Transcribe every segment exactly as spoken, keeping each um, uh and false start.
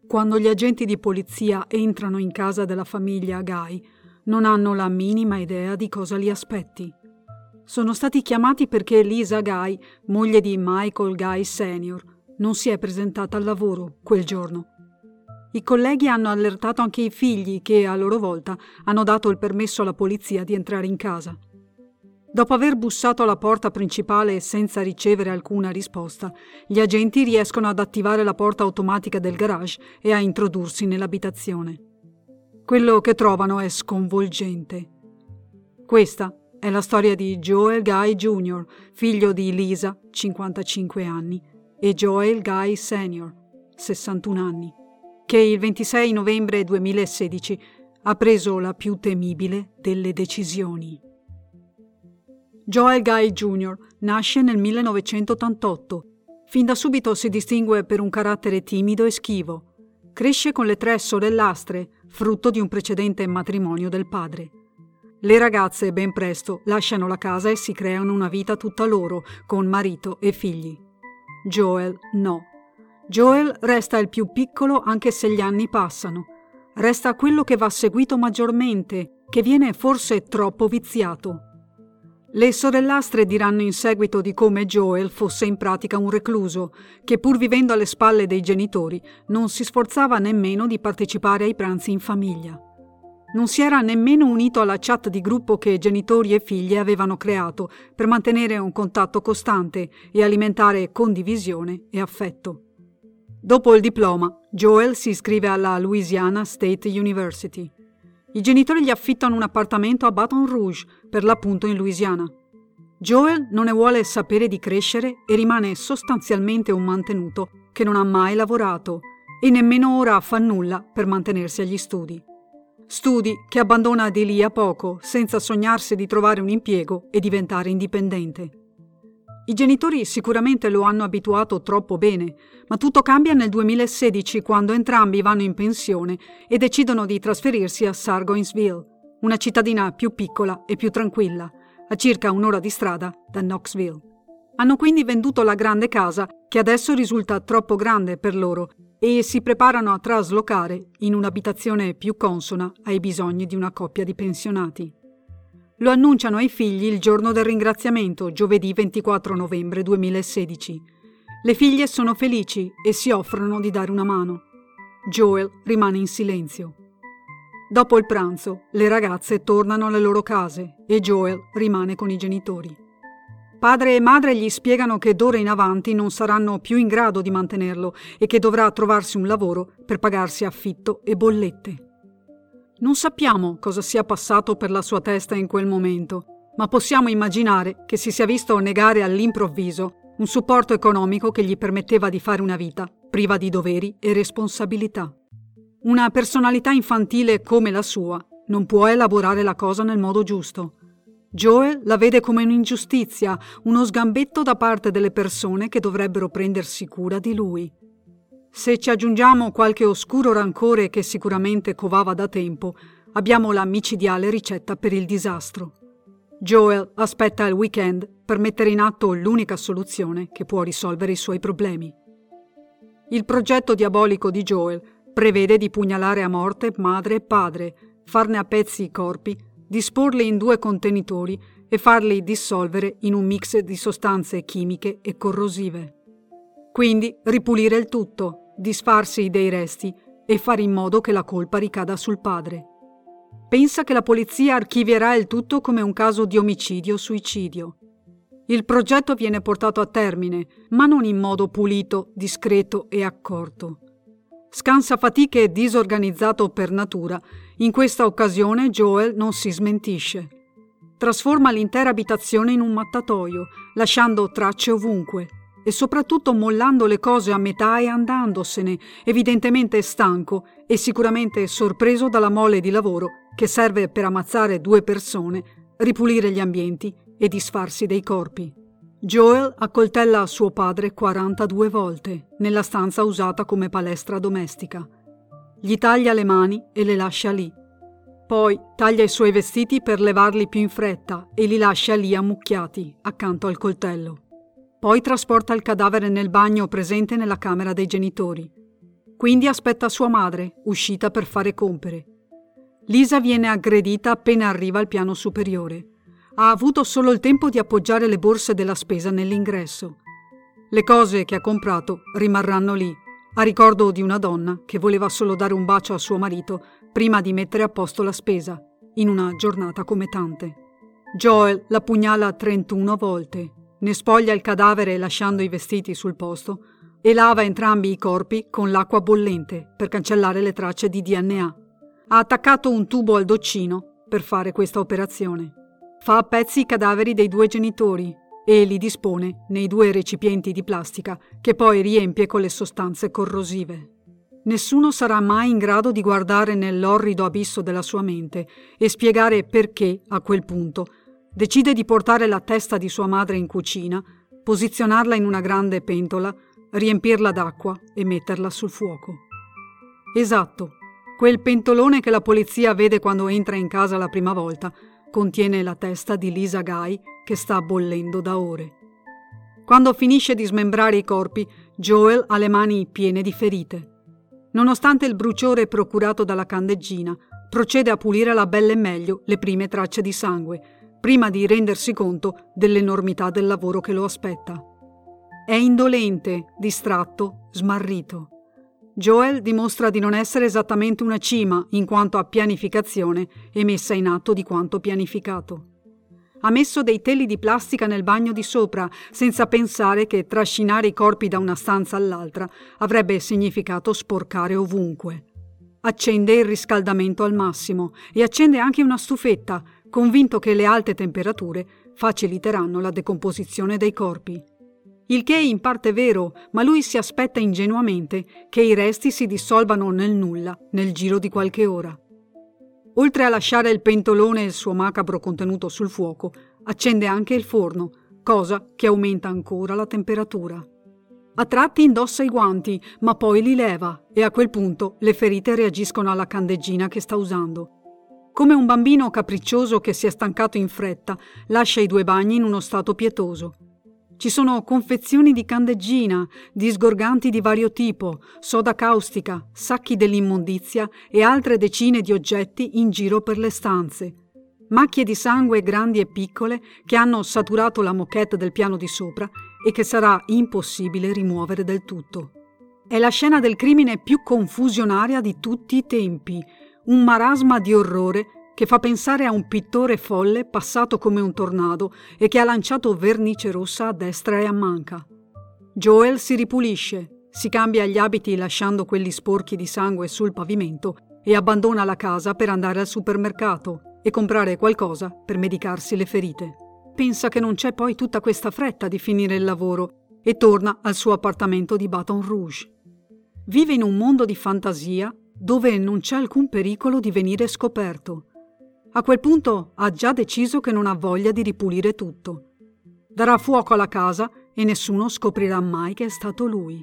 Quando gli agenti di polizia entrano in casa della famiglia Guy, non hanno la minima idea di cosa li aspetti. Sono stati chiamati perché Lisa Guy, moglie di Michael Guy senior, non si è presentata al lavoro quel giorno. I colleghi hanno allertato anche i figli che, a loro volta, hanno dato il permesso alla polizia di entrare in casa. Dopo aver bussato alla porta principale senza ricevere alcuna risposta, gli agenti riescono ad attivare la porta automatica del garage e a introdursi nell'abitazione. Quello che trovano è sconvolgente. Questa è la storia di Joel Guy junior, figlio di Lisa, cinquantacinque anni, e Joel Guy senior, sessantuno anni, che il ventisei novembre duemilasedici ha preso la più temibile delle decisioni. Joel Guy junior nasce nel millenovecentottantotto. Fin da subito si distingue per un carattere timido e schivo. Cresce con le tre sorellastre, frutto di un precedente matrimonio del padre. Le ragazze ben presto lasciano la casa e si creano una vita tutta loro, con marito e figli. Joel no. Joel resta il più piccolo anche se gli anni passano. Resta quello che va seguito maggiormente, che viene forse troppo viziato. Le sorellastre diranno in seguito di come Joel fosse in pratica un recluso, che pur vivendo alle spalle dei genitori non si sforzava nemmeno di partecipare ai pranzi in famiglia. Non si era nemmeno unito alla chat di gruppo che genitori e figli avevano creato per mantenere un contatto costante e alimentare condivisione e affetto. Dopo il diploma, Joel si iscrive alla Louisiana State University. I genitori gli affittano un appartamento a Baton Rouge, per l'appunto in Louisiana. Joel non ne vuole sapere di crescere e rimane sostanzialmente un mantenuto che non ha mai lavorato e nemmeno ora fa nulla per mantenersi agli studi. Studi che abbandona di lì a poco, senza sognarsi di trovare un impiego e diventare indipendente. I genitori sicuramente lo hanno abituato troppo bene, ma tutto cambia nel duemilasedici quando entrambi vanno in pensione e decidono di trasferirsi a Sargoinsville, una cittadina più piccola e più tranquilla, a circa un'ora di strada da Knoxville. Hanno quindi venduto la grande casa, che adesso risulta troppo grande per loro, e si preparano a traslocare in un'abitazione più consona ai bisogni di una coppia di pensionati. Lo annunciano ai figli il giorno del ringraziamento, giovedì ventiquattro novembre duemilasedici. Le figlie sono felici e si offrono di dare una mano. Joel rimane in silenzio. Dopo il pranzo, le ragazze tornano alle loro case e Joel rimane con i genitori. Padre e madre gli spiegano che d'ora in avanti non saranno più in grado di mantenerlo e che dovrà trovarsi un lavoro per pagarsi affitto e bollette. Non sappiamo cosa sia passato per la sua testa in quel momento, ma possiamo immaginare che si sia visto negare all'improvviso un supporto economico che gli permetteva di fare una vita priva di doveri e responsabilità. Una personalità infantile come la sua non può elaborare la cosa nel modo giusto. Joel la vede come un'ingiustizia, uno sgambetto da parte delle persone che dovrebbero prendersi cura di lui. Se ci aggiungiamo qualche oscuro rancore che sicuramente covava da tempo, abbiamo la micidiale ricetta per il disastro. Joel aspetta il weekend per mettere in atto l'unica soluzione che può risolvere i suoi problemi. Il progetto diabolico di Joel prevede di pugnalare a morte madre e padre, farne a pezzi i corpi, disporli in due contenitori e farli dissolvere in un mix di sostanze chimiche e corrosive. Quindi ripulire il tutto, disfarsi dei resti e fare in modo che la colpa ricada sul padre. Pensa che la polizia archivierà il tutto come un caso di omicidio-suicidio. Il progetto viene portato a termine, ma non in modo pulito, discreto e accorto. Scansa fatiche e disorganizzato per natura, in questa occasione Joel non si smentisce. Trasforma l'intera abitazione in un mattatoio, lasciando tracce ovunque e soprattutto mollando le cose a metà e andandosene, evidentemente stanco e sicuramente sorpreso dalla mole di lavoro che serve per ammazzare due persone, ripulire gli ambienti e disfarsi dei corpi. Joel accoltella suo padre quarantadue volte nella stanza usata come palestra domestica. Gli taglia le mani e le lascia lì. Poi taglia i suoi vestiti per levarli più in fretta e li lascia lì ammucchiati accanto al coltello. Poi trasporta il cadavere nel bagno presente nella camera dei genitori. Quindi aspetta sua madre, uscita per fare compere. Lisa viene aggredita appena arriva al piano superiore. Ha avuto solo il tempo di appoggiare le borse della spesa nell'ingresso. Le cose che ha comprato rimarranno lì, a ricordo di una donna che voleva solo dare un bacio a suo marito prima di mettere a posto la spesa, in una giornata come tante. Joel la pugnala trentuno volte, ne spoglia il cadavere lasciando i vestiti sul posto e lava entrambi i corpi con l'acqua bollente per cancellare le tracce di D N A. Ha attaccato un tubo al doccino per fare questa operazione. Fa a pezzi i cadaveri dei due genitori e li dispone nei due recipienti di plastica che poi riempie con le sostanze corrosive. Nessuno sarà mai in grado di guardare nell'orrido abisso della sua mente e spiegare perché, a quel punto, decide di portare la testa di sua madre in cucina, posizionarla in una grande pentola, riempirla d'acqua e metterla sul fuoco. Esatto, quel pentolone che la polizia vede quando entra in casa la prima volta contiene la testa di Lisa Guy che sta bollendo da ore. Quando finisce di smembrare i corpi, Joel ha le mani piene di ferite. Nonostante il bruciore procurato dalla candeggina, procede a pulire alla belle e meglio le prime tracce di sangue, prima di rendersi conto dell'enormità del lavoro che lo aspetta. È indolente, distratto, smarrito. Joel dimostra di non essere esattamente una cima in quanto a pianificazione e messa in atto di quanto pianificato. Ha messo dei teli di plastica nel bagno di sopra, senza pensare che trascinare i corpi da una stanza all'altra avrebbe significato sporcare ovunque. Accende il riscaldamento al massimo e accende anche una stufetta, convinto che le alte temperature faciliteranno la decomposizione dei corpi. Il che è in parte vero, ma lui si aspetta ingenuamente che i resti si dissolvano nel nulla nel giro di qualche ora. Oltre a lasciare il pentolone e il suo macabro contenuto sul fuoco, accende anche il forno, cosa che aumenta ancora la temperatura. A tratti indossa i guanti, ma poi li leva e a quel punto le ferite reagiscono alla candeggina che sta usando. Come un bambino capriccioso che si è stancato in fretta, lascia i due bagni in uno stato pietoso. Ci sono confezioni di candeggina, disgorganti di vario tipo, soda caustica, sacchi dell'immondizia e altre decine di oggetti in giro per le stanze. Macchie di sangue grandi e piccole che hanno saturato la moquette del piano di sopra e che sarà impossibile rimuovere del tutto. È la scena del crimine più confusionaria di tutti i tempi, un marasma di orrore che fa pensare a un pittore folle passato come un tornado e che ha lanciato vernice rossa a destra e a manca. Joel si ripulisce, si cambia gli abiti lasciando quelli sporchi di sangue sul pavimento e abbandona la casa per andare al supermercato e comprare qualcosa per medicarsi le ferite. Pensa che non c'è poi tutta questa fretta di finire il lavoro e torna al suo appartamento di Baton Rouge. Vive in un mondo di fantasia dove non c'è alcun pericolo di venire scoperto. A quel punto ha già deciso che non ha voglia di ripulire tutto. Darà fuoco alla casa e nessuno scoprirà mai che è stato lui.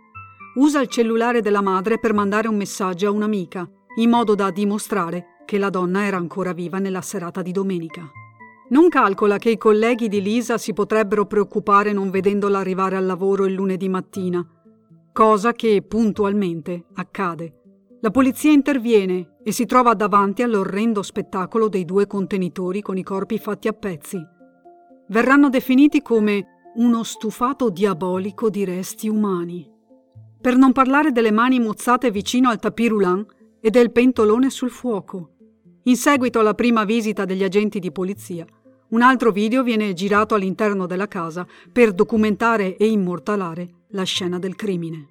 Usa il cellulare della madre per mandare un messaggio a un'amica, in modo da dimostrare che la donna era ancora viva nella serata di domenica. Non calcola che i colleghi di Lisa si potrebbero preoccupare non vedendola arrivare al lavoro il lunedì mattina, cosa che puntualmente accade. La polizia interviene e si trova davanti all'orrendo spettacolo dei due contenitori con i corpi fatti a pezzi. Verranno definiti come uno stufato diabolico di resti umani. Per non parlare delle mani mozzate vicino al tapis roulant e del pentolone sul fuoco. In seguito alla prima visita degli agenti di polizia, un altro video viene girato all'interno della casa per documentare e immortalare la scena del crimine.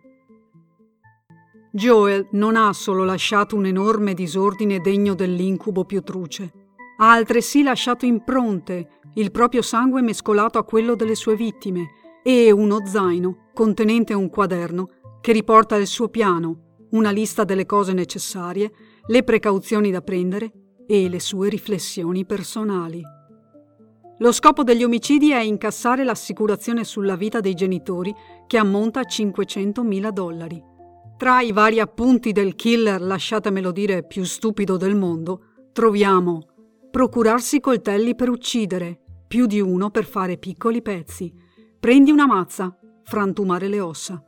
Joel non ha solo lasciato un enorme disordine degno dell'incubo più truce, ha altresì lasciato impronte, il proprio sangue mescolato a quello delle sue vittime e uno zaino contenente un quaderno che riporta il suo piano, una lista delle cose necessarie, le precauzioni da prendere e le sue riflessioni personali. Lo scopo degli omicidi è incassare l'assicurazione sulla vita dei genitori che ammonta a cinquecentomila dollari. Tra i vari appunti del killer, lasciatemelo dire, più stupido del mondo, troviamo procurarsi coltelli per uccidere, più di uno per fare piccoli pezzi, prendi una mazza, frantumare le ossa,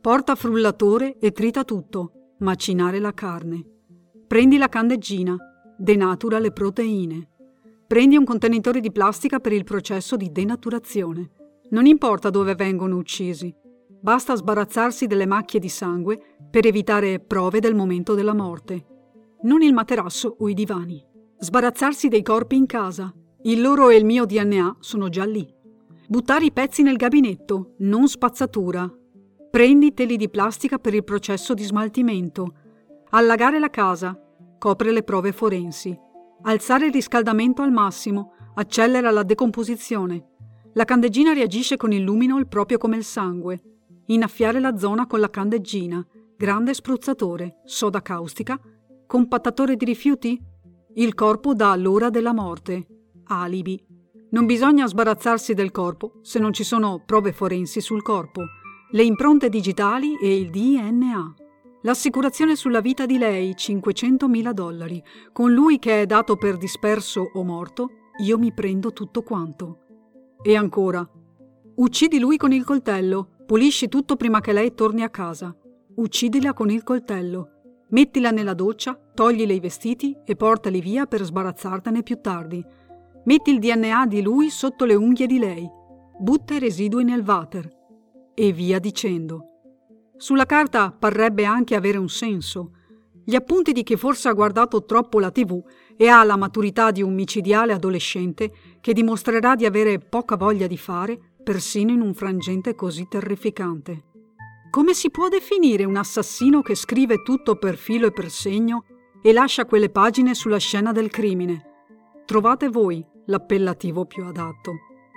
Porta frullatore e trita tutto, macinare la carne. Prendi la candeggina, denatura le proteine. Prendi un contenitore di plastica per il processo di denaturazione. Non importa dove vengono uccisi, basta sbarazzarsi delle macchie di sangue per evitare prove del momento della morte. Non il materasso o i divani. Sbarazzarsi dei corpi in casa. Il loro e il mio D N A sono già lì. Buttare i pezzi nel gabinetto, non spazzatura. Prendi teli di plastica per il processo di smaltimento. Allagare la casa, copre le prove forensi. Alzare il riscaldamento al massimo, accelera la decomposizione. La candeggina reagisce con il luminol proprio come il sangue. Innaffiare la zona con la candeggina, grande spruzzatore, soda caustica, compattatore di rifiuti? Il corpo dà l'ora della morte. Alibi. Non bisogna sbarazzarsi del corpo se non ci sono prove forensi sul corpo, le impronte digitali e il D N A. L'assicurazione sulla vita di lei, cinquecentomila dollari. Con lui che è dato per disperso o morto, io mi prendo tutto quanto. E ancora, uccidi lui con il coltello, pulisci tutto prima che lei torni a casa. Uccidila con il coltello. Mettila nella doccia, toglile i vestiti e portali via per sbarazzartene più tardi. Metti il D N A di lui sotto le unghie di lei. Butta i residui nel water. E via dicendo. Sulla carta parrebbe anche avere un senso. Gli appunti di chi forse ha guardato troppo la tivù e ha la maturità di un micidiale adolescente che dimostrerà di avere poca voglia di fare, persino in un frangente così terrificante. Come si può definire un assassino che scrive tutto per filo e per segno e lascia quelle pagine sulla scena del crimine? Trovate voi l'appellativo più adatto.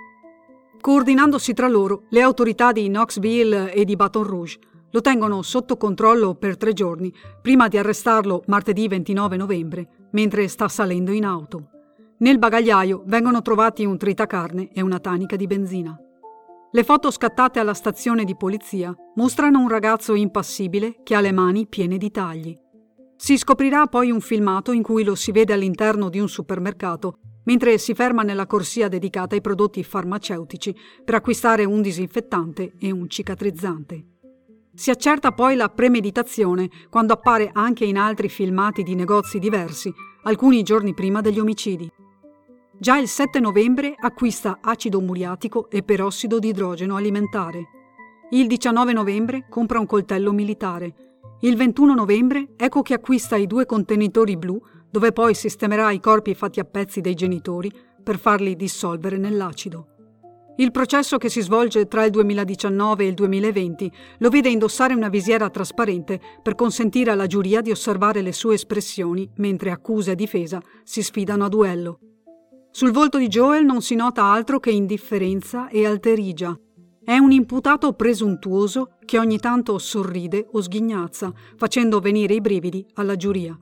Coordinandosi tra loro, le autorità di Knoxville e di Baton Rouge lo tengono sotto controllo per tre giorni, prima di arrestarlo martedì ventinove novembre, mentre sta salendo in auto. Nel bagagliaio vengono trovati un tritacarne e una tanica di benzina. Le foto scattate alla stazione di polizia mostrano un ragazzo impassibile che ha le mani piene di tagli. Si scoprirà poi un filmato in cui lo si vede all'interno di un supermercato mentre si ferma nella corsia dedicata ai prodotti farmaceutici per acquistare un disinfettante e un cicatrizzante. Si accerta poi la premeditazione quando appare anche in altri filmati di negozi diversi, alcuni giorni prima degli omicidi. Già il sette novembre acquista acido muriatico e perossido di idrogeno alimentare. Il diciannove novembre compra un coltello militare. Il ventuno novembre ecco che acquista i due contenitori blu dove poi sistemerà i corpi fatti a pezzi dei genitori per farli dissolvere nell'acido. Il processo che si svolge tra il duemiladiciannove e il duemilaventi lo vede indossare una visiera trasparente per consentire alla giuria di osservare le sue espressioni mentre accusa e difesa si sfidano a duello. Sul volto di Joel non si nota altro che indifferenza e alterigia. È un imputato presuntuoso che ogni tanto sorride o sghignazza, facendo venire i brividi alla giuria.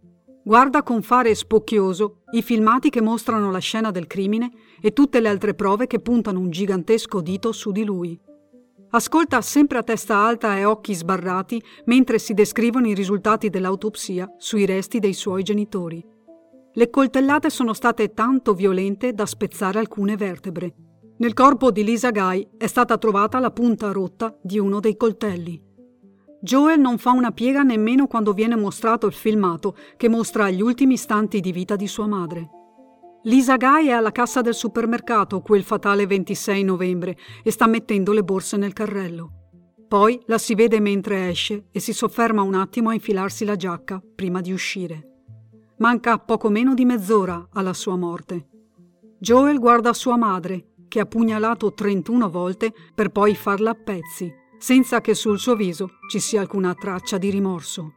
Guarda con fare spocchioso i filmati che mostrano la scena del crimine e tutte le altre prove che puntano un gigantesco dito su di lui. Ascolta sempre a testa alta e occhi sbarrati mentre si descrivono i risultati dell'autopsia sui resti dei suoi genitori. Le coltellate sono state tanto violente da spezzare alcune vertebre. Nel corpo di Lisa Guy è stata trovata la punta rotta di uno dei coltelli. Joel non fa una piega nemmeno quando viene mostrato il filmato che mostra gli ultimi istanti di vita di sua madre. Lisa Guy è alla cassa del supermercato quel fatale ventisei novembre e sta mettendo le borse nel carrello. Poi la si vede mentre esce e si sofferma un attimo a infilarsi la giacca prima di uscire. Manca poco meno di mezz'ora alla sua morte. Joel guarda sua madre, che ha pugnalato trentuno volte per poi farla a pezzi, senza che sul suo viso ci sia alcuna traccia di rimorso.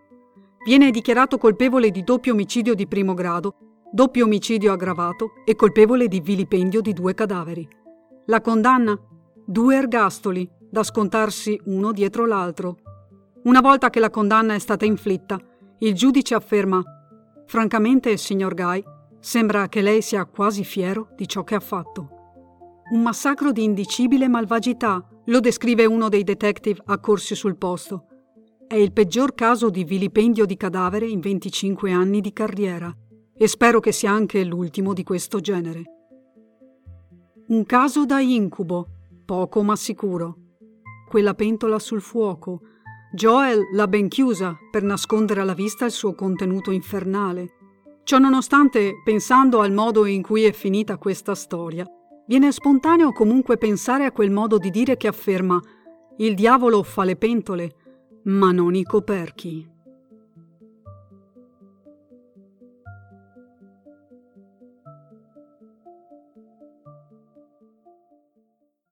Viene dichiarato colpevole di doppio omicidio di primo grado, doppio omicidio aggravato e colpevole di vilipendio di due cadaveri. La condanna? Due ergastoli, da scontarsi uno dietro l'altro. Una volta che la condanna è stata inflitta, il giudice afferma: «Francamente, signor Guy, sembra che lei sia quasi fiero di ciò che ha fatto». Un massacro di indicibile malvagità, lo descrive uno dei detective accorsi sul posto. È il peggior caso di vilipendio di cadavere in venticinque anni di carriera e spero che sia anche l'ultimo di questo genere. Un caso da incubo, poco ma sicuro. quella pentola sul fuoco. Joel l'ha ben chiusa per nascondere alla vista il suo contenuto infernale. Ciononostante, pensando al modo in cui è finita questa storia, viene spontaneo comunque pensare a quel modo di dire che afferma: il diavolo fa le pentole, ma non i coperchi.